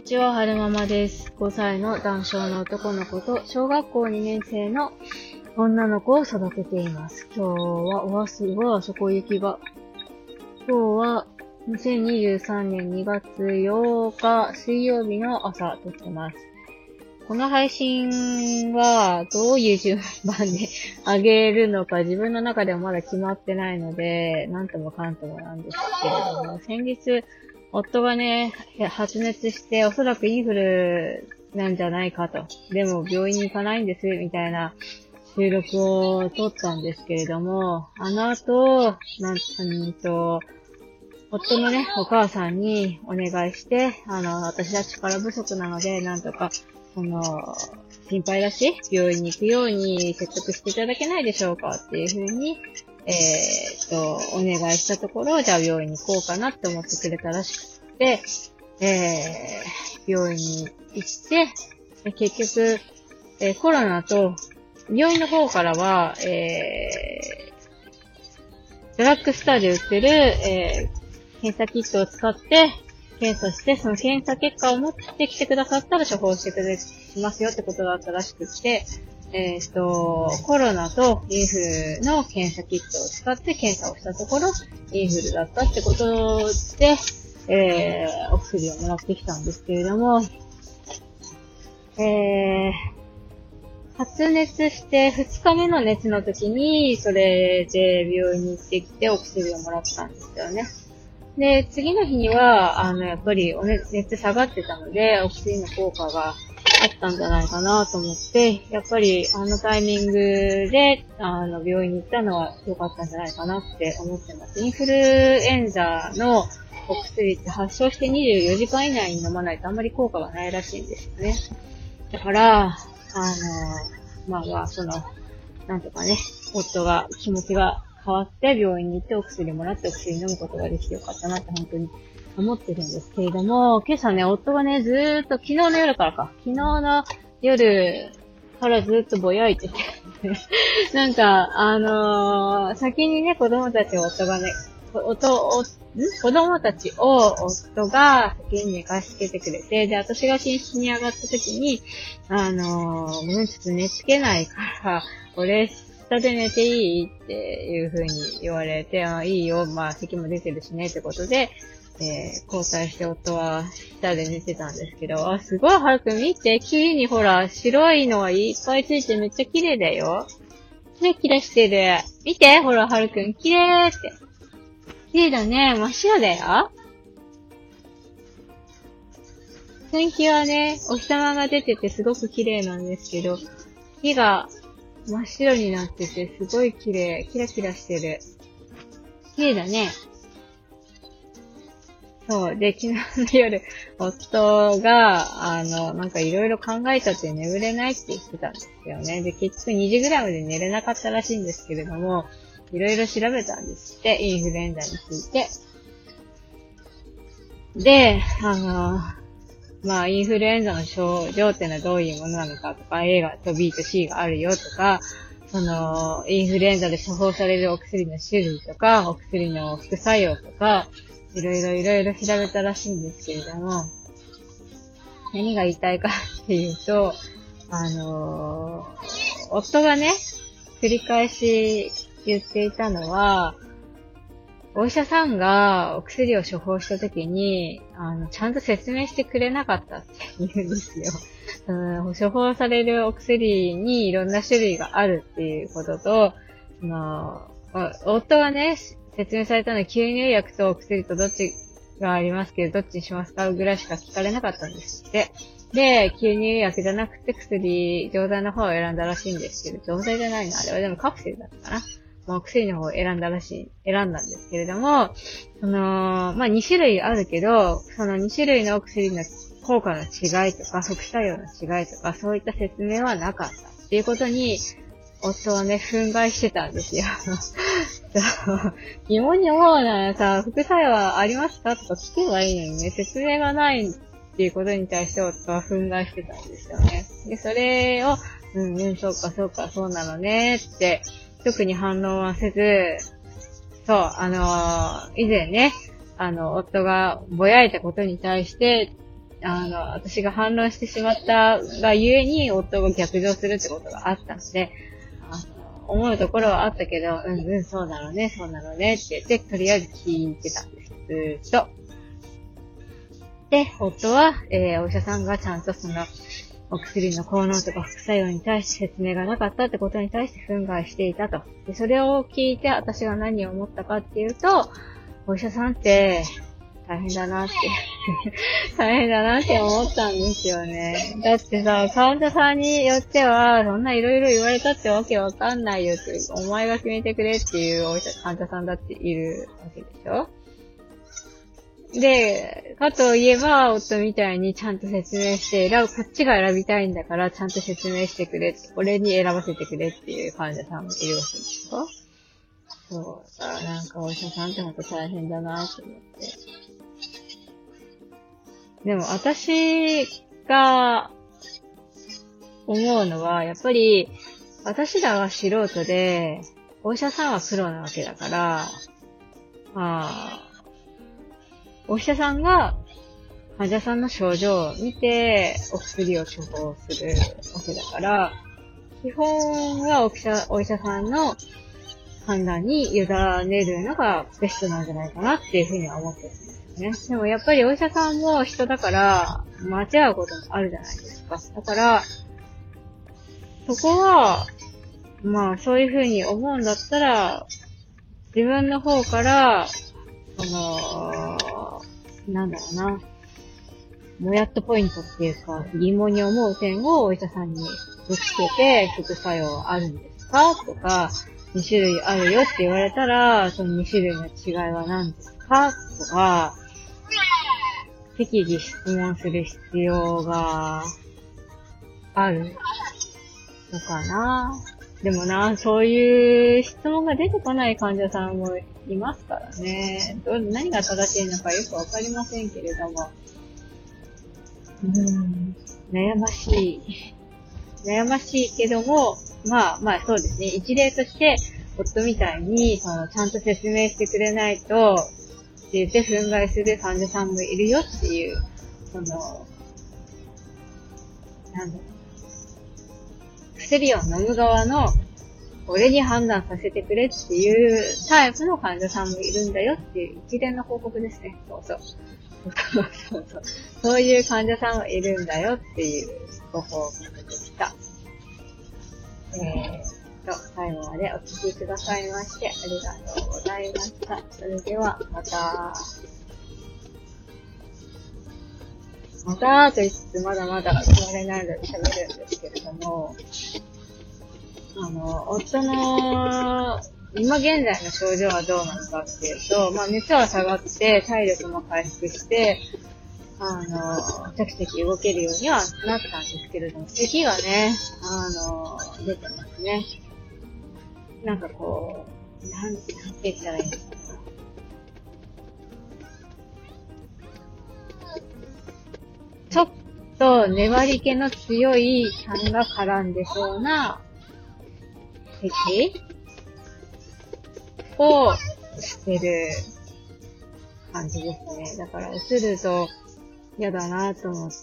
ちは、はるままです。5歳の男性の男の子と小学校2年生の女の子を育てています。今日は、すごい、あそこ雪が。今日は2023年2月8日水曜日の朝撮ってます。この配信はどういう順番で上げるのか自分の中でもまだ決まってないので、なんともかんともなんですけれども、先日、夫がね、発熱しておそらくインフルなんじゃないかと。でも病院に行かないんです、みたいな収録を撮ったんですけれども、あの後、夫のね、お母さんにお願いして、私は力不足なので、なんとか、心配だし、病院に行くように説得していただけないでしょうかっていうふうに、お願いしたところ、じゃあ病院に行こうかなって思ってくれたらしくて、病院に行って、結局、コロナと、病院の方からは、ドラッグストアで売ってる、検査キットを使って検査して、その検査結果を持ってきてくださったら処方してくれますよってことだったらしくって、コロナとインフルの検査キットを使って検査をしたところ、インフルだったってことで、お薬をもらってきたんですけれども、発熱して2日目の熱の時に、それで病院に行ってきてお薬をもらったんですよね。で、次の日には、やっぱり熱下がってたので、お薬の効果があったんじゃないかなと思って、やっぱりあのタイミングで、病院に行ったのは良かったんじゃないかなって思ってます。インフルエンザのお薬って発症して24時間以内に飲まないとあんまり効果がないらしいんですよね。だから、なんとかね、夫が気持ちが変わって病院に行ってお薬もらってお薬飲むことができてよかったなって本当に思ってるんですけれども、今朝ね、夫がね、ずーっと昨日の夜からずっとぼやいててなんか、先にね、子供たちを夫が先に寝かしつけてくれて、で、私が寝室に上がった時に、ごめん、ちょっと寝つけないから、俺、下で寝ていいっていう風に言われて、いいよ、まあ、席も出てるしね、ってことで、交代して夫は下で寝てたんですけど、すごい、はるくん見て、木にほら、白いのがいっぱいついてめっちゃ綺麗だよ。キラキラしてる。見て、ほら、はるくん、綺麗って。綺麗だね、真っ白だよ。天気はね、お日様が出ててすごく綺麗なんですけど、木が真っ白になっててすごい綺麗、キラキラしてる。綺麗だね。そう。で、昨日の夜、夫が、なんかいろいろ考えちゃって眠れないって言ってたんですよね。で、結局2時ぐらいまで寝れなかったらしいんですけれども、いろいろ調べたんですって、インフルエンザについて。で、インフルエンザの症状ってのはどういうものなのかとか、A と B と C があるよとか、インフルエンザで処方されるお薬の種類とか、お薬の副作用とか、いろいろ調べたらしいんですけれども、何が言いたいかっていうと、夫がね、繰り返し言っていたのは、お医者さんがお薬を処方したときに、ちゃんと説明してくれなかったって言うんですよ。処方されるお薬にいろんな種類があるっていうことと、夫がね、説明されたのは吸入薬とお薬とどっちがありますけど、どっちにしますかぐらいしか聞かれなかったんですって。で、吸入薬じゃなくて錠剤の方を選んだらしいんですけど、錠剤じゃないのあれはでもカプセルだったかな。お薬の方を選んだんですけれども、2種類あるけど、その2種類のお薬の効果の違いとか、副作用の違いとか、そういった説明はなかったっていうことに、夫はね、憤慨してたんですよ。疑問に思うならさ、副作用はありますかとか聞けばいいのにね、説明がないっていうことに対して夫は憤慨してたんですよね。で、それを、そうなのねって、特に反応はせず、そう、以前ね、夫がぼやいたことに対して、 私が反論してしまったがゆえに、夫が逆上するってことがあったので、思うところはあったけど、そうだろうね、そうなのねって言って、とりあえず聞いてたんです。ずーっと。で、夫は、お医者さんがちゃんとその、お薬の効能とか副作用に対して説明がなかったってことに対して憤慨していたと。で、それを聞いて私が何を思ったかっていうと、お医者さんって大変だなって大変だなって思ったんですよね。だってさ、患者さんによっては、そんないろいろ言われたってわけわかんないよって、お前が決めてくれっていう患者さんだっているわけでしょ。で、かといえば、夫みたいにちゃんと説明してこっちが選びたいんだから、ちゃんと説明してくれって、俺に選ばせてくれっていう患者さんもいるわけですか。そう、だからなんかお医者さんってほんと大変だなと思って。でも私が思うのは、やっぱり、私らは素人で、お医者さんはプロなわけだから、お医者さんが患者さんの症状を見てお薬を処方するわけだから、基本はお医者さんの判断に委ねるのがベストなんじゃないかなっていうふうには思ってるんですよね。でもやっぱりお医者さんも人だから間違うこともあるじゃないですか。だから、そこは、そういうふうに思うんだったら、自分の方から、なんだろうな、もやっとポイントっていうか、疑問に思う点をお医者さんにぶつけて、副作用あるんですかとか、2種類あるよって言われたら、その2種類の違いは何ですかとか、適宜質問する必要があるのかな。でもな、そういう質問が出てこない患者さんもいますからね。何が正しいのかよくわかりませんけれども。悩ましい。悩ましいけども、そうですね。一例として、夫みたいに、ちゃんと説明してくれないと、って言って憤慨する患者さんもいるよっていう、薬を飲む側の、俺に判断させてくれっていうタイプの患者さんもいるんだよっていう一連の報告ですね。そういう患者さんもいるんだよっていうご報告でした。最後までお聞きくださいましてありがとうございました。それではまたと言いつつまだまだ決まれないので喋るんですけれども、夫の今現在の症状はどうなのかっていうと、熱は下がって体力も回復して、チャキチャキ動けるようにはなったんですけれども、咳がね、出てますね。なんかこう、なんて言ったらいいんですか。ちょっと粘り気の強い酸が絡んでそうな咳をしてる感じですね。だから、映ると嫌だなと思って、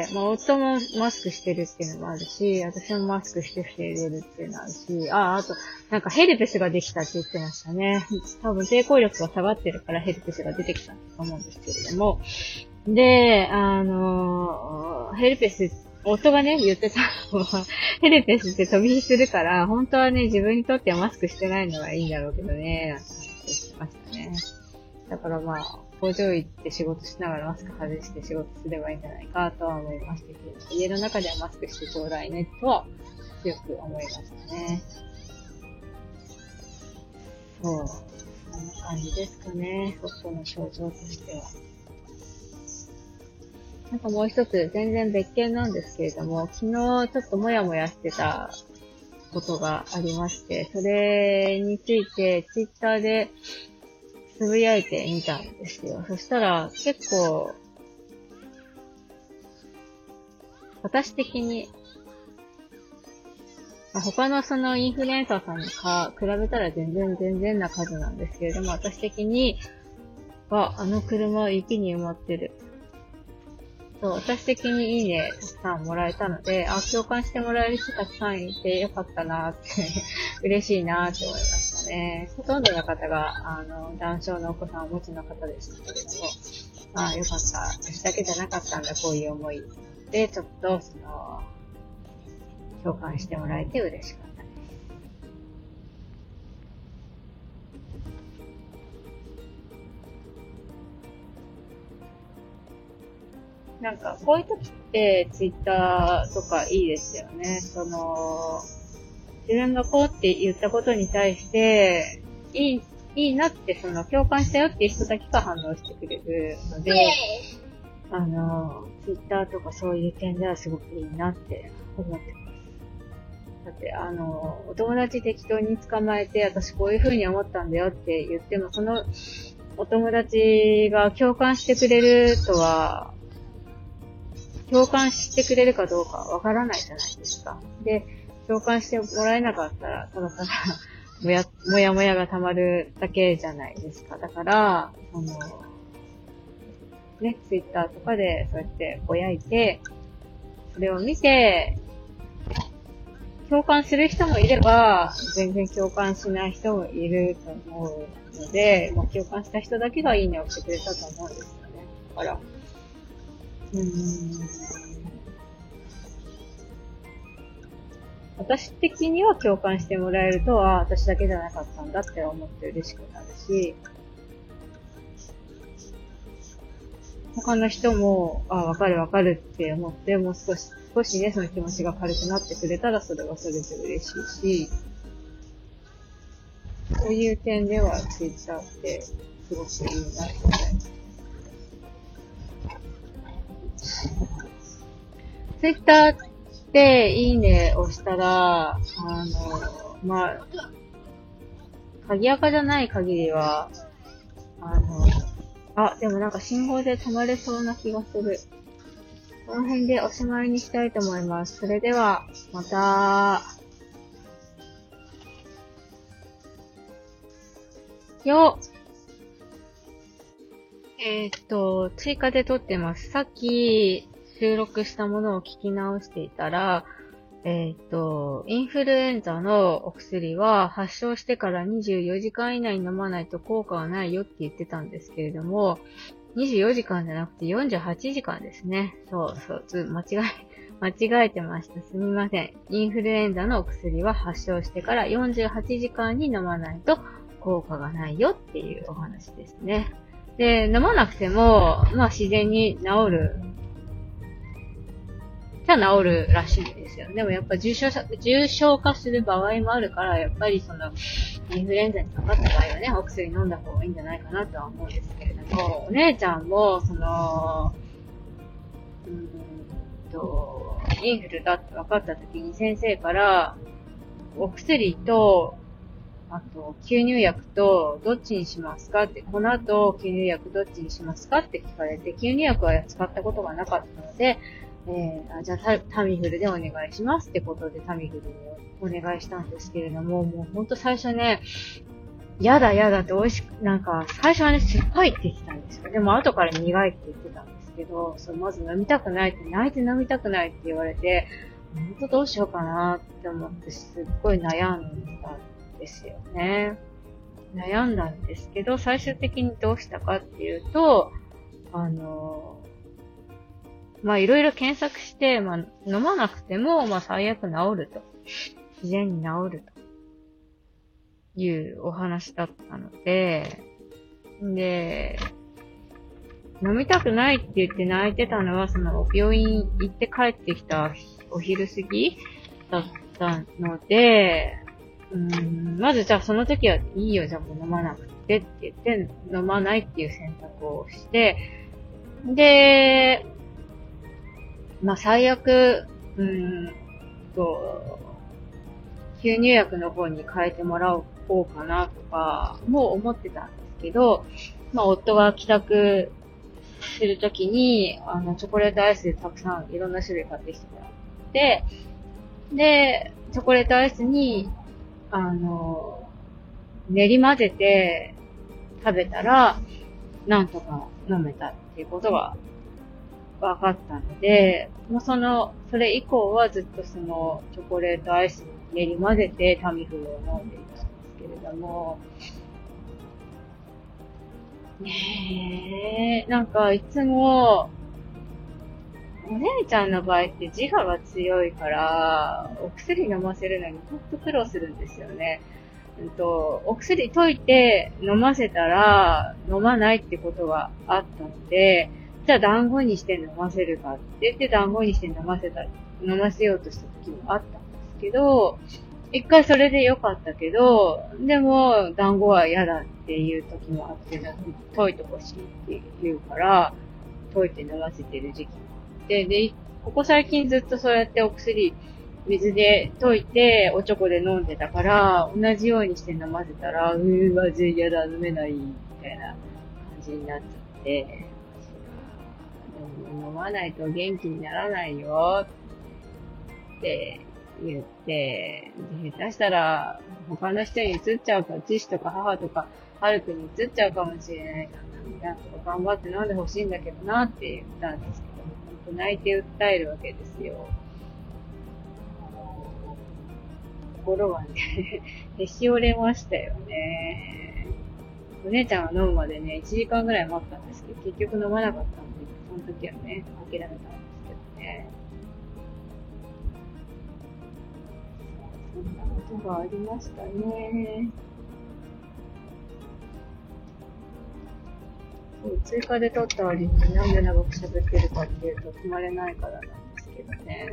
夫もマスクしてるっていうのもあるし、私もマスクして防いでるっていうのもあるし、あと、なんかヘルペスができたって言ってましたね。多分抵抗力が下がってるからヘルペスが出てきたと思うんですけれども。で、ヘルペス、夫がね、言ってたのは、ヘルペスって飛び火するから、本当はね、自分にとってはマスクしてないのがいいんだろうけどね、なんて話してましたね。だから工場行って仕事しながらマスク外して仕事すればいいんじゃないかとは思いましたけど、家の中ではマスクしてちょうだいねとは強く思いましたね。そう。そんな感じですかね。夫の症状としては。なんかもう一つ全然別件なんですけれども、昨日ちょっともやもやしてたことがありまして、それについてツイッターでつぶやいてみたんですよ。そしたら結構私的に他のそのインフルエンサーさんに比べたら全然な数なんですけれども、私的にあの車は雪に埋まってる。 そう、私的にいいねたくさんもらえたので、共感してもらえる人たくさんいてよかったなって、嬉しいなって思いましたね。ほとんどの方が、男性のお子さんをお持ちの方でしたけれども、よかった。私だけじゃなかったんだ、こういう思い。で、ちょっと、共感してもらえて嬉しかったです。なんか、こういう時って、ツイッターとかいいですよね。自分がこうって言ったことに対して、いいなって、共感したよっていう人だけが反応してくれるので、ツイッターとかそういう点ではすごくいいなって思ってます。だって、お友達適当に捕まえて、私こういう風に思ったんだよって言っても、そのお友達が共感してくれるとは、共感してくれるかどうかわからないじゃないですか。で、共感してもらえなかったら、ただただもやもやが溜まるだけじゃないですか。だから、ツイッターとかでそうやってぼやいて、それを見て、共感する人もいれば、全然共感しない人もいると思うので、共感した人だけがいいねをしてくれたと思うんですよね。だから、私的には共感してもらえると、私だけじゃなかったんだって思って嬉しくなるし、他の人も、わかるわかるって思って、もう少しね、その気持ちが軽くなってくれたら、それはそれで嬉しいし、そういう点では、ツイッターってすごくいいなって思います。ツイッターっていいねをしたら、鍵垢じゃない限りは、でもなんか信号で止まれそうな気がする。この辺でおしまいにしたいと思います。それでは、また。追加で撮ってます。さっき収録したものを聞き直していたら、インフルエンザのお薬は発症してから24時間以内に飲まないと効果はないよって言ってたんですけれども、24時間じゃなくて48時間ですね。そう、間違えてました。すみません。インフルエンザのお薬は発症してから48時間に飲まないと効果がないよっていうお話ですね。で、飲まなくても、自然に治るらしいんですよ。でもやっぱ重症化する場合もあるから、やっぱりインフルエンザにかかった場合はね、お薬飲んだ方がいいんじゃないかなとは思うんですけれども、お姉ちゃんも、インフルだって分かった時に先生から、お薬と、あと、吸入薬と、どっちにしますかって、粉と吸入薬どっちにしますかって聞かれて、吸入薬は使ったことがなかったので、じゃあタミフルでお願いしますってことでタミフルにお願いしたんですけれども、もうほんと最初ね、やだって美味しく、なんか、最初はね、酸っぱいって言ってたんですよ。でも後から苦いって言ってたんですけど、まず飲みたくないって、泣いて飲みたくないって言われて、ほんとどうしようかなって思って、すっごい悩んだんですよね。悩んだんですけど、最終的にどうしたかっていうと、いろいろ検索して、飲まなくても、最悪治ると。自然に治るというお話だったので、飲みたくないって言って泣いてたのは、病院行って帰ってきたお昼過ぎだったので、まずじゃあその時はいいよ、じゃあもう飲まなくてって言って、飲まないっていう選択をして、で、最悪、吸入薬の方に変えてもらおうかなとかも思ってたんですけど、夫が帰宅するときに、チョコレートアイスでたくさんいろんな種類買ってきてもらって、で、チョコレートアイスに、練り混ぜて食べたら、なんとか飲めたっていうことが分かったので、もうそれ以降はずっとそのチョコレートアイスに練り混ぜてタミフルを飲んでいたんですけれども、ねえ、なんかいつも、お姉ちゃんの場合って自我が強いから、お薬飲ませるのにほんと苦労するんですよね。お薬溶いて飲ませたら飲まないってことがあったので、じゃあ団子にして飲ませるかって言って団子にして飲ませようとした時もあったんですけど、一回それで良かったけど、でも団子は嫌だっていう時もあって、溶いてほしいって言うから、溶いて飲ませてる時期もあって、で、ここ最近ずっとそうやってお薬、水で溶いて、おチョコで飲んでたから、同じようにして飲ませたら、まずい、嫌だ、飲めない、みたいな感じになっちゃって、でも飲まないと元気にならないよ、って言って、下手したら、他の人に移っちゃうか、父とか母とか、はるくに移っちゃうかもしれないから、なんとか頑張って飲んでほしいんだけどな、って言ったんですけど、本当泣いて訴えるわけですよ。心がね、へし折れましたよね。お姉ちゃんが飲むまでね、1時間ぐらい待ったんですけど、結局飲まなかったので、その時はね、諦めたんですけどね。そんなことがありましたね。追加で撮った割になんで長く喋ってるかっていうと、踏まれないからなんですけどね。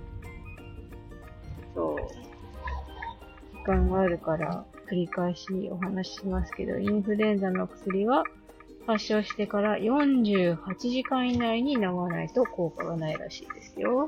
そう。時間があるから繰り返しお話ししますけど、インフルエンザの薬は発症してから48時間以内に飲まないと効果がないらしいですよ。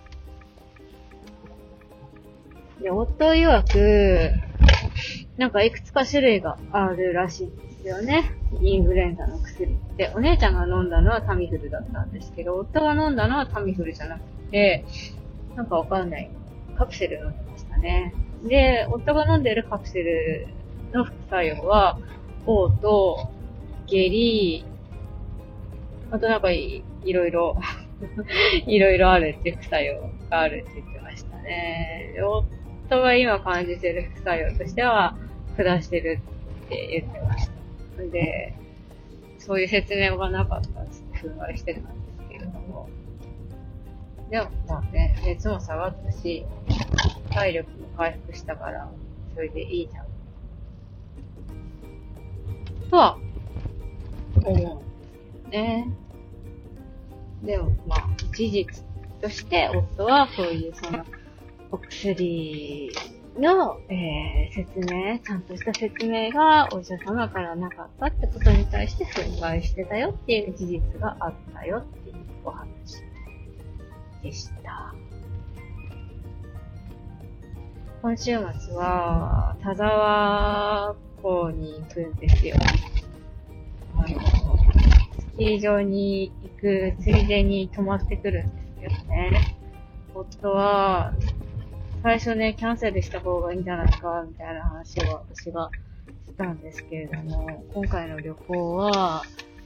で、夫曰く、なんかいくつか種類があるらしいんですよね。インフルエンザの薬って。お姉ちゃんが飲んだのはタミフルだったんですけど、夫が飲んだのはタミフルじゃなくて、なんかわかんない。カプセル飲んでましたね。で、夫が飲んでるカプセルの副作用は、嘔吐、下痢、あとなんかいろいろいろいろあるっていう副作用があるって言ってましたね。で、夫が今感じてる副作用としては、下してるって言ってました。で、そういう説明がなかったって憤慨してたんですけれども。でも、まあね、熱も下がったし、体力も回復したから、それでいいじゃん。とは、思うんですけどね。でも、まあ、事実として、夫はそういうお薬の、説明、ちゃんとした説明がお医者様からなかったってことに対して憤慨してたよっていう事実があったよっていうお話でした。今週末は、田沢湖に行くんですよ。スキー場に行くついでに泊まってくるんですよね。夫は、最初ね、キャンセルした方がいいんじゃないか、みたいな話を私がしたんですけれども、今回の旅行は、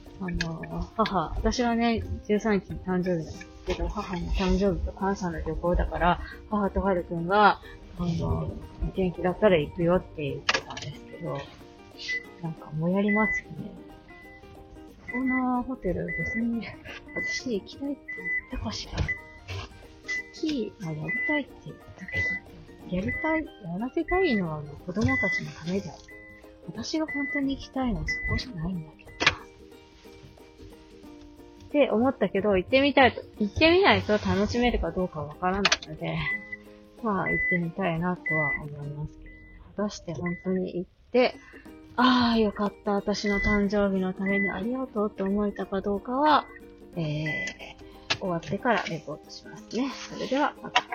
私はね、13日に誕生日なんですけど、母の誕生日と感謝の旅行だから、母とはるくんが、元気だったら行くよって言ってたんですけど、なんかもうやりますよね。そんなホテル別に、私行きたいって言ったかしら。スキー、やりたいって言ったけど、やらせたいのは子供たちのためである。私が本当に行きたいのはそこじゃないんだけど。って思ったけど、行ってみないと楽しめるかどうかわからないので、まあ行ってみたいなとは思いますけど、果たして本当に行って、ああ、よかった。私の誕生日のためにありがとうって思えたかどうかは、終わってからレポートしますね。それではまた。